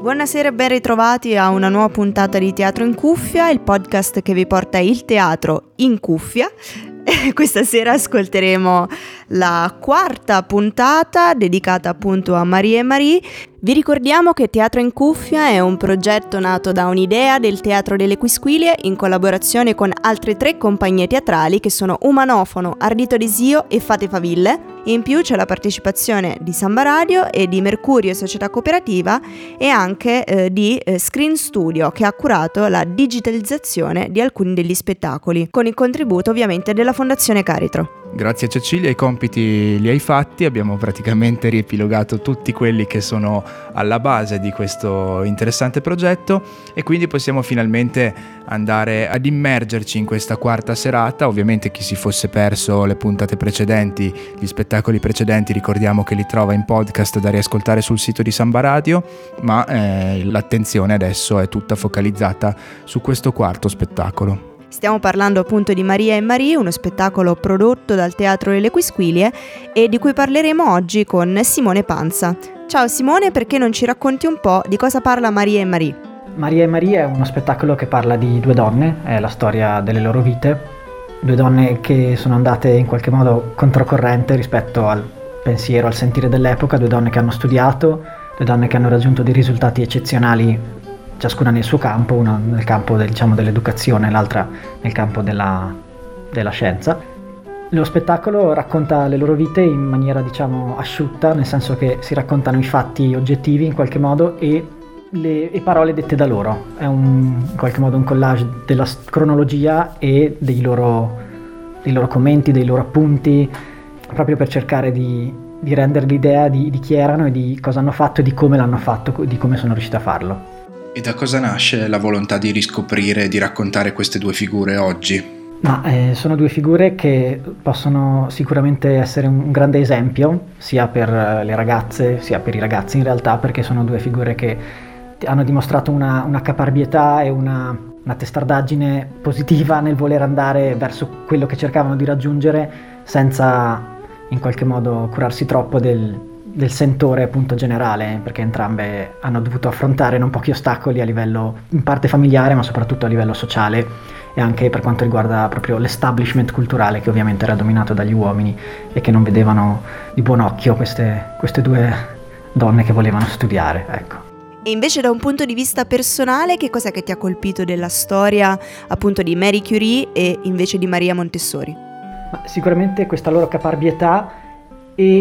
Buonasera e ben ritrovati a una nuova puntata di Teatro in Cuffia, il podcast che vi porta il teatro in cuffia. Questa sera ascolteremo la quarta puntata dedicata appunto a Maria e Marie. Vi ricordiamo che Teatro in Cuffia è un progetto nato da un'idea del Teatro delle Quisquilie in collaborazione con altre 3 compagnie teatrali che sono Umanofono, Ardito Desio e Fate Faville. In più c'è la partecipazione di Samba Radio e di Mercurio Società Cooperativa e anche di Screen Studio, che ha curato la digitalizzazione di alcuni degli spettacoli, con il contributo ovviamente della Fondazione Caritro. Grazie Cecilia, i compiti li hai fatti, abbiamo praticamente riepilogato tutti quelli che sono alla base di questo interessante progetto e quindi possiamo finalmente andare ad immergerci in questa quarta serata. Ovviamente chi si fosse perso le puntate precedenti, gli spettacoli precedenti, ricordiamo che li trova in podcast da riascoltare sul sito di Samba Radio, ma l'attenzione adesso è tutta focalizzata su questo quarto spettacolo. Stiamo parlando appunto di Maria e Marie, uno spettacolo prodotto dal Teatro delle Quisquilie e di cui parleremo oggi con Simone Panza. Ciao Simone, perché non ci racconti un po' di cosa parla Maria e Marie? Maria e Marie è uno spettacolo che parla di 2 donne, è la storia delle loro vite, 2 donne che sono andate in qualche modo controcorrente rispetto al pensiero, al sentire dell'epoca, 2 donne che hanno studiato, 2 donne che hanno raggiunto dei risultati eccezionali, ciascuna nel suo campo, una nel campo dell'educazione, l'altra nel campo della scienza. Lo spettacolo racconta le loro vite in maniera asciutta, nel senso che si raccontano i fatti oggettivi in qualche modo e le parole dette da loro. È in qualche modo un collage della cronologia e dei loro commenti, dei loro appunti, proprio per cercare di rendere l'idea di chi erano e di cosa hanno fatto e di come l'hanno fatto, di come sono riusciti a farlo. E da cosa nasce la volontà di riscoprire e di raccontare queste 2 figure oggi? Sono 2 figure che possono sicuramente essere un grande esempio, sia per le ragazze, sia per i ragazzi in realtà, perché sono 2 figure che hanno dimostrato una caparbietà e una testardaggine positiva nel voler andare verso quello che cercavano di raggiungere senza in qualche modo curarsi troppo del sentore appunto generale, perché entrambe hanno dovuto affrontare non pochi ostacoli a livello in parte familiare ma soprattutto a livello sociale e anche per quanto riguarda proprio l'establishment culturale, che ovviamente era dominato dagli uomini e che non vedevano di buon occhio queste 2 donne che volevano studiare, ecco. E invece da un punto di vista personale, che cos'è che ti ha colpito della storia appunto di Marie Curie e invece di Maria Montessori? Sicuramente questa loro caparbietà e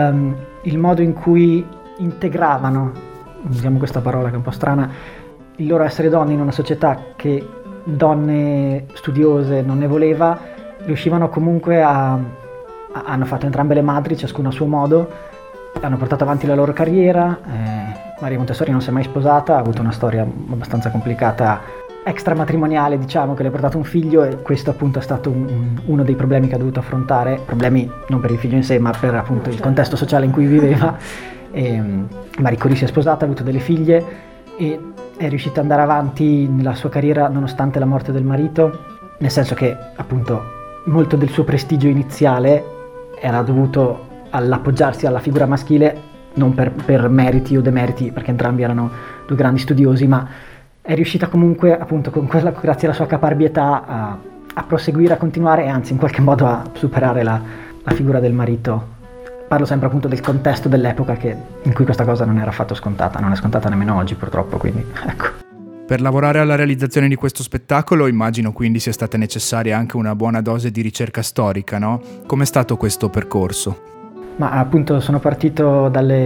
il modo in cui integravano, usiamo questa parola che è un po' strana, il loro essere donne in una società che donne studiose non ne voleva, riuscivano comunque hanno fatto entrambe le madri, ciascuna a suo modo, hanno portato avanti la loro carriera. Maria Montessori non si è mai sposata, ha avuto una storia abbastanza complicata extramatrimoniale, che le ha portato un figlio, e questo appunto è stato uno dei problemi che ha dovuto affrontare, problemi non per il figlio in sé ma per appunto il contesto sociale in cui viveva. Marie Curie si è sposata, ha avuto delle figlie e è riuscita ad andare avanti nella sua carriera nonostante la morte del marito, nel senso che appunto molto del suo prestigio iniziale era dovuto all'appoggiarsi alla figura maschile, non per meriti o demeriti, perché entrambi erano 2 grandi studiosi, ma è riuscita comunque appunto grazie alla sua caparbietà a proseguire, a continuare e anzi in qualche modo a superare la figura del marito. Parlo sempre appunto del contesto dell'epoca in cui questa cosa non era affatto scontata, non è scontata nemmeno oggi purtroppo, quindi ecco. Per lavorare alla realizzazione di questo spettacolo immagino quindi sia stata necessaria anche una buona dose di ricerca storica, no? Com'è stato questo percorso? Ma appunto sono partito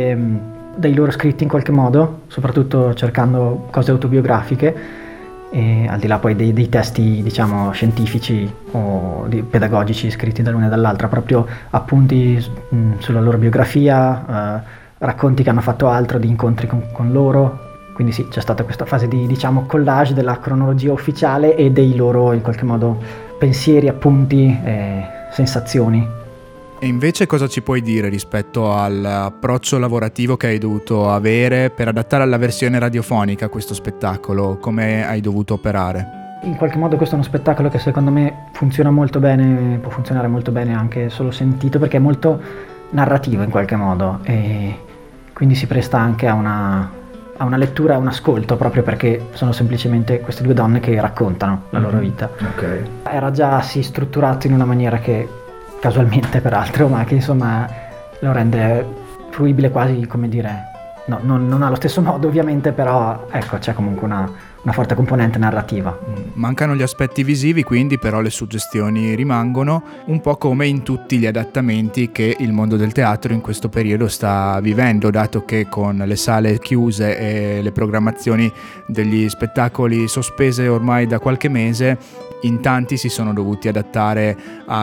dai loro scritti in qualche modo, soprattutto cercando cose autobiografiche, e al di là poi dei testi scientifici o pedagogici scritti dall'una e dall'altra, proprio appunti sulla loro biografia, racconti che hanno fatto altro, di incontri con loro. Quindi sì, c'è stata questa fase di collage della cronologia ufficiale e dei loro in qualche modo pensieri, appunti, sensazioni. E invece cosa ci puoi dire rispetto all'approccio lavorativo che hai dovuto avere per adattare alla versione radiofonica questo spettacolo? Come hai dovuto operare? In qualche modo questo è uno spettacolo che secondo me funziona molto bene, può funzionare molto bene anche solo sentito, perché è molto narrativo in qualche modo e quindi si presta anche a a una lettura e a un ascolto, proprio perché sono semplicemente queste due donne che raccontano la loro vita. Okay. Era già strutturato in una maniera che, casualmente peraltro, ma che insomma lo rende fruibile quasi, come dire, no, non allo stesso modo ovviamente, però ecco, c'è comunque una forte componente narrativa. Mancano gli aspetti visivi, quindi, però le suggestioni rimangono, un po' come in tutti gli adattamenti che il mondo del teatro in questo periodo sta vivendo, dato che con le sale chiuse e le programmazioni degli spettacoli sospese ormai da qualche mese, in tanti si sono dovuti adattare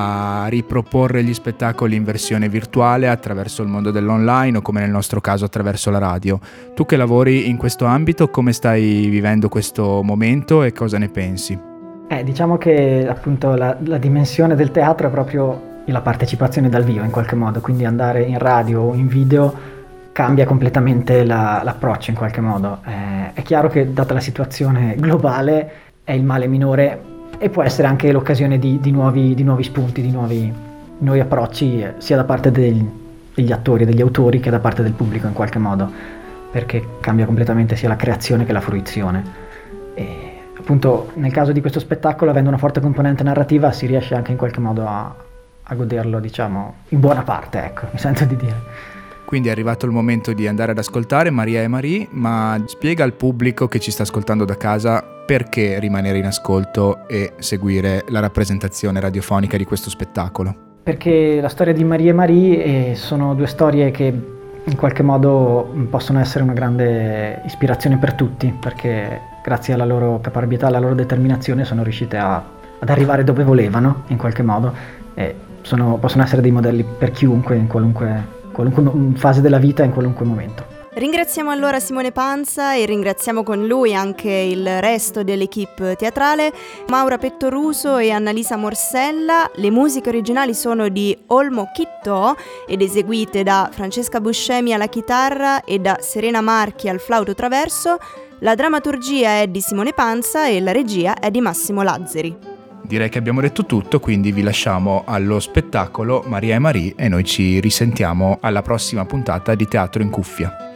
a riproporre gli spettacoli in versione virtuale attraverso il mondo dell'online o, come nel nostro caso, attraverso la radio. Tu che lavori in questo ambito, come stai vivendo questo momento e cosa ne pensi? Diciamo che appunto la dimensione del teatro è proprio la partecipazione dal vivo in qualche modo, quindi andare in radio o in video cambia completamente l'approccio in qualche modo. È chiaro che, data la situazione globale, è il male minore e può essere anche l'occasione di nuovi spunti, di nuovi approcci, sia da parte degli attori e degli autori che da parte del pubblico in qualche modo, perché cambia completamente sia la creazione che la fruizione. E appunto nel caso di questo spettacolo, avendo una forte componente narrativa, si riesce anche in qualche modo a goderlo, diciamo, in buona parte, ecco, mi sento di dire. Quindi è arrivato il momento di andare ad ascoltare Maria e Marie, ma spiega al pubblico che ci sta ascoltando da casa perché rimanere in ascolto e seguire la rappresentazione radiofonica di questo spettacolo. Perché la storia di Maria e Marie sono due storie che in qualche modo possono essere una grande ispirazione per tutti, perché grazie alla loro caparbietà, alla loro determinazione sono riuscite ad arrivare dove volevano in qualche modo, e possono essere dei modelli per chiunque in qualunque fase della vita, in qualunque momento. Ringraziamo allora Simone Panza e ringraziamo con lui anche il resto dell'equipe teatrale, Maura Pettoruso e Annalisa Morsella. Le musiche originali sono di Olmo Chittò ed eseguite da Francesca Buscemi alla chitarra e da Serena Marchi al flauto traverso. La drammaturgia è di Simone Panza e la regia è di Massimo Lazzari. Direi che abbiamo detto tutto, quindi vi lasciamo allo spettacolo Maria e Marie e noi ci risentiamo alla prossima puntata di Teatro in Cuffia.